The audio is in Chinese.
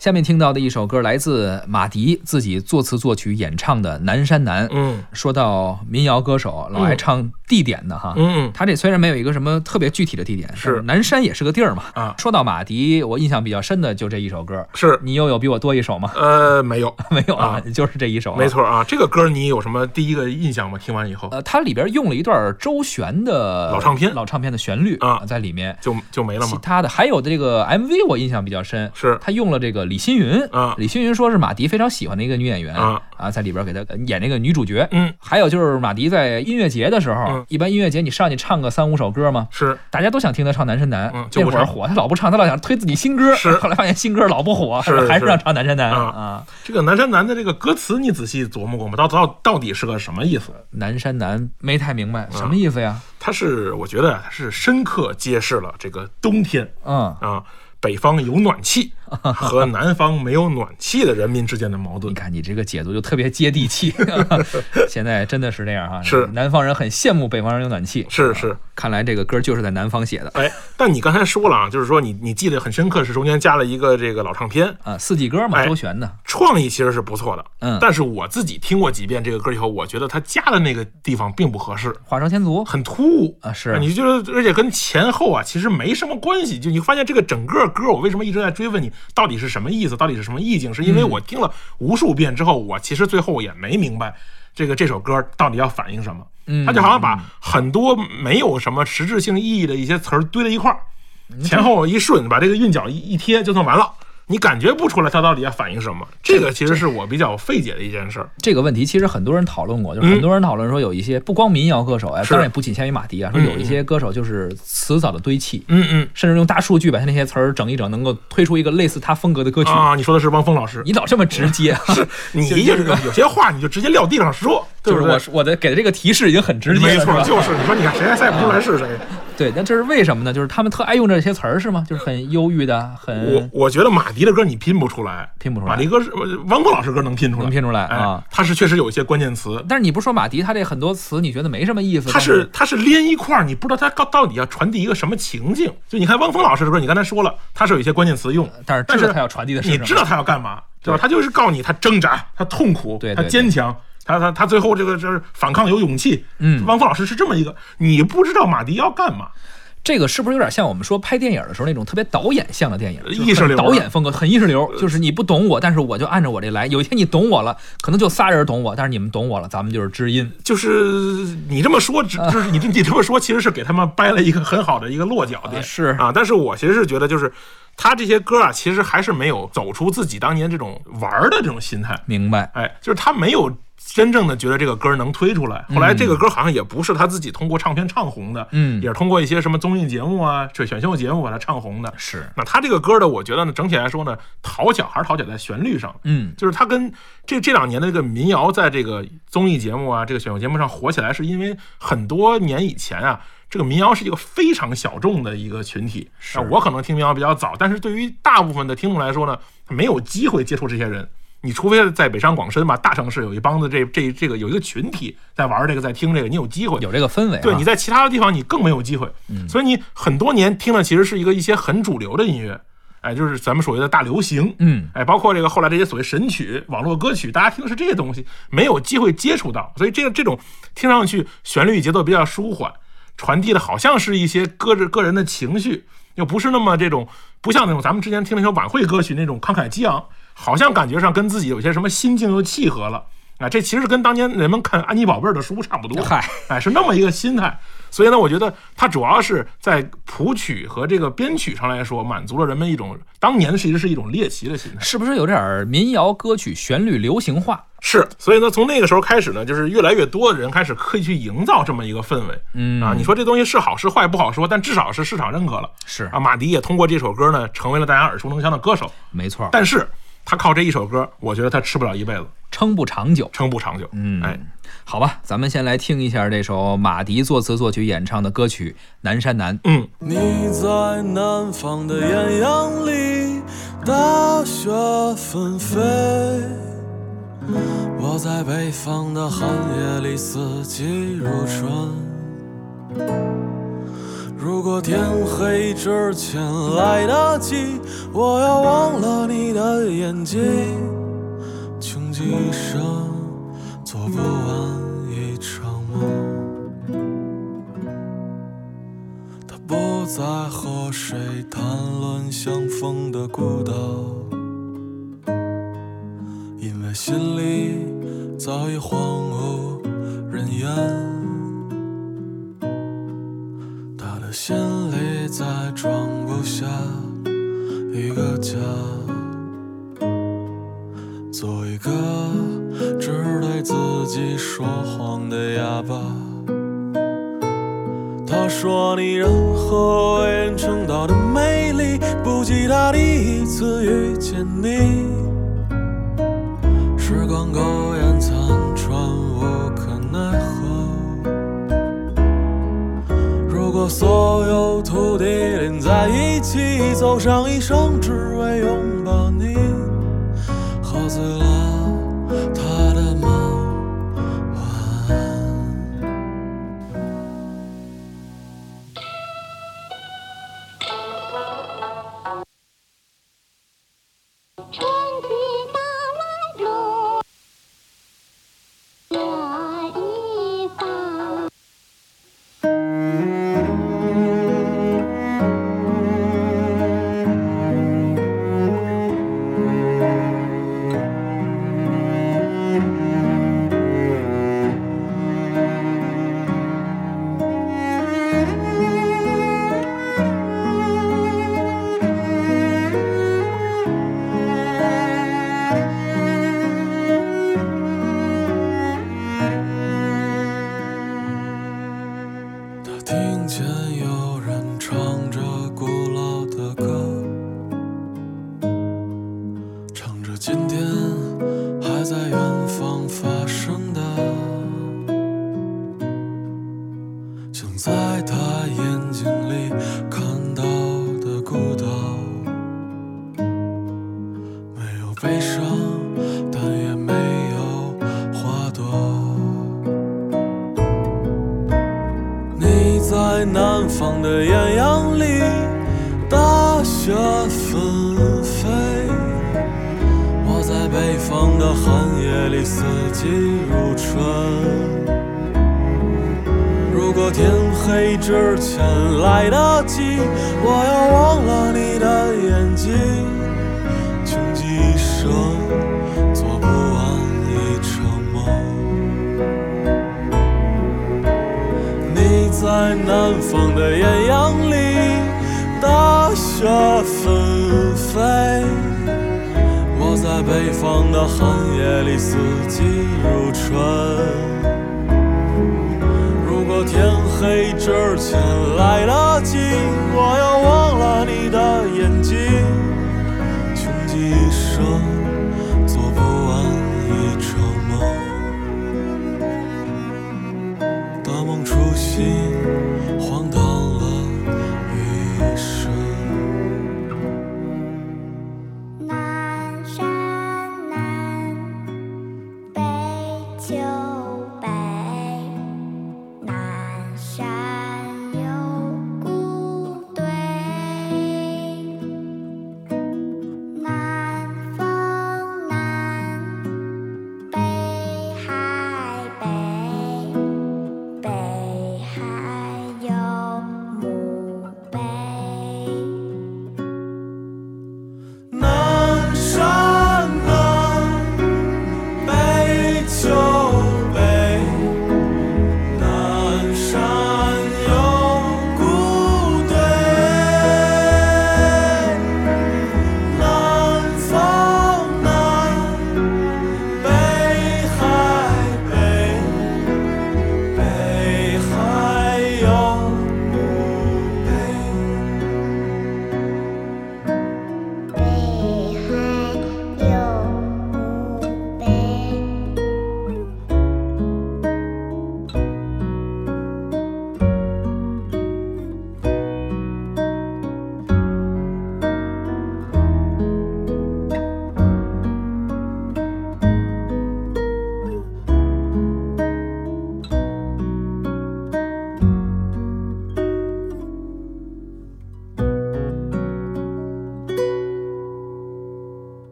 下面听到的一首歌来自马迪自己作词作曲演唱的《南山南》。说到民谣歌手老爱唱地点的哈，他这虽然没有一个什么特别具体的地点，是南山也是个地儿嘛。说到马迪，我印象比较深的就这一首歌。 是你又有比我多一首吗？ 没有， 没有啊，就是这一首。 没错啊，这个歌你有什么第一个印象吗？听完以后， 它里边用了一段周璇的老唱片的旋律在里面， 就没了吗？ 其他的还有这个 MV 我印象比较深， 是他用了这个李星云李星云说是马迪非常喜欢的一个女演员在里边给他演这个女主角。还有就是马迪在音乐节的时候，一般音乐节你上去唱个3-5首歌嘛， 是大家都想听他唱《南山南》，这会儿火，他老不唱，他老想推自己新歌，后来发现新歌老不火，还是让唱《南山南》 这个《南山南》的这个歌词你仔细琢磨过吗？到底是个什么意思？ 南山南没太明白什么意思呀？ 我觉得它是深刻揭示了这个冬天北方有暖气和南方没有暖气的人民之间的矛盾。 你看你这个解读就特别接地气现在真的是这样是南方人很羡慕北方人有暖气。 是看来这个歌就是在南方写的。 但你刚才说了就是说你记得很深刻，是中间加了一个这个老唱片四季歌嘛，周璇的创意其实是不错的。但是我自己听过几遍这个歌以后，我觉得他加的那个地方并不合适， 画蛇添足， 很突兀是你觉得，而且跟前后其实没什么关系。就你发现这个整个歌，我为什么一直在追问你到底是什么意思，到底是什么意境，是因为我听了无数遍之后，我其实最后也没明白这首歌到底要反映什么。他就好像把很多没有什么实质性意义的一些词儿堆在一块儿，前后一顺，把这个韵脚一贴就算完了。你感觉不出来它到底要反映什么，这个其实是我比较费解的一件事。 这个问题其实很多人讨论过，就是很多人讨论说有一些不光民谣歌手当然也不仅限于马迪说有一些歌手就是词藻的堆砌，甚至用大数据把他那些词儿整一整，能够推出一个类似他风格的歌曲你说的是汪峰老师， 你老这么直接是你就是有些话你就直接撂地上说， 就是我的给的这个提示已经很直接了， 没错，就是你说你看谁还猜不出来是谁。 对，那这是为什么呢？就是他们特爱用这些词儿是吗？就是很忧郁的， 我觉得马迪的歌你拼不出来，马迪歌是汪峰老师歌能拼出来他是确实有一些关键词。 但是你不说马迪他这很多词你觉得没什么意思， 他是连一块，你不知道他到底要传递一个什么情境。就你看汪峰老师的歌，你刚才说了他是有一些关键词用， 但是知道他要传递的是什么， 你知道他要干嘛，对吧？他就是告诉你他挣扎，他痛苦，他坚强，他最后这个就是反抗有勇气。汪峰老师是这么一个，你不知道马迪要干嘛。 这个是不是有点像我们说拍电影的时候那种特别导演向的电影， 意识流导演风格很意识流，就是你不懂我，但是我就按照我这来。有一天你懂我了，可能就仨人懂我，但是你们懂我了，咱们就是知音。 就是你这么说，就是你这么说，其实是给他们掰了一个很好的一个落脚点。但是我其实是觉得，就是他这些歌其实还是没有走出自己当年这种玩的这种心态。 明白？ 就是他没有真正的觉得这个歌能推出来。后来这个歌好像也不是他自己通过唱片唱红的，也是通过一些什么综艺节目选秀节目把它唱红的。 是。 那他这个歌呢，我觉得呢，整体来说呢，讨巧还是讨巧在旋律上。就是他跟这2年的这个民谣在这个综艺节目这个选秀节目上火起来，是因为很多年以前这个民谣是一个非常小众的一个群体。我可能听民谣比较早，但是对于大部分的听众来说呢，没有机会接触这些人。你除非在北上广深吧，大城市有一帮子这个有一个群体在玩这个，在听这个，你有机会， 有这个氛围。 对，你在其他的地方你更没有机会。所以你很多年听的其实是一些很主流的音乐，就是咱们所谓的大流行。包括这个后来这些所谓神曲、网络歌曲，大家听的是这些东西，没有机会接触到，所以这种听上去旋律节奏比较舒缓，传递的好像是一些个人的情绪，又不是那么不像那种咱们之前听那些晚会歌曲那种慷慨激昂，好像感觉上跟自己有些什么心境又契合了。这其实跟当年人们看安妮宝贝的书差不多。是那么一个心态。所以呢，我觉得它主要是在谱曲和这个编曲上来说，满足了人们一种当年其实是一种猎奇的心态。 是不是有点民谣歌曲旋律流行化？ 是。所以呢，从那个时候开始呢，就是越来越多的人开始刻意去营造这么一个氛围。你说这东西是好是坏不好说，但至少是市场认可了。 是马迪也通过这首歌呢，成为了大家耳熟能详的歌手。 没错。 但是他靠这一首歌，我觉得他吃不了一辈子， 撑不长久。 好吧，咱们先来听一下这首马迪作词作曲演唱的歌曲《南山南》。 你在南方的艳阳里，大雪纷飞，我在北方的寒夜里，四季如春。 如果天黑之前来得及，我要忘了你的眼睛，穷极一生做不完一场梦。他不再和谁谈论相逢的孤岛，因为心里早已荒无人烟。他的心里再装不下一个家，做一个只对自己说谎的哑巴。他说你任何为人称道的美丽，不及他第一次遇见你。时光苟延残喘，无可奈何。如果所有土地连在一起，走上一生只为拥抱你，喝醉了他的梦，晚安。 春去到来路这一方。 听见有人唱着古老的歌，唱着今天还在远方发生的，像在他眼睛里看到的孤岛，没有悲伤，但也没有花朵。你在南方的艳阳里，大雪纷飞，我在北方的寒夜里，四季如春。如果天黑之前来得及，我要忘了你的眼睛，穷极一生做不完一场梦。你在南方的艳阳里，大雪纷飞，我在北方的寒夜里，四季如春。如果天黑之前来得及，我要忘了你的眼睛，穷极一生做不完一场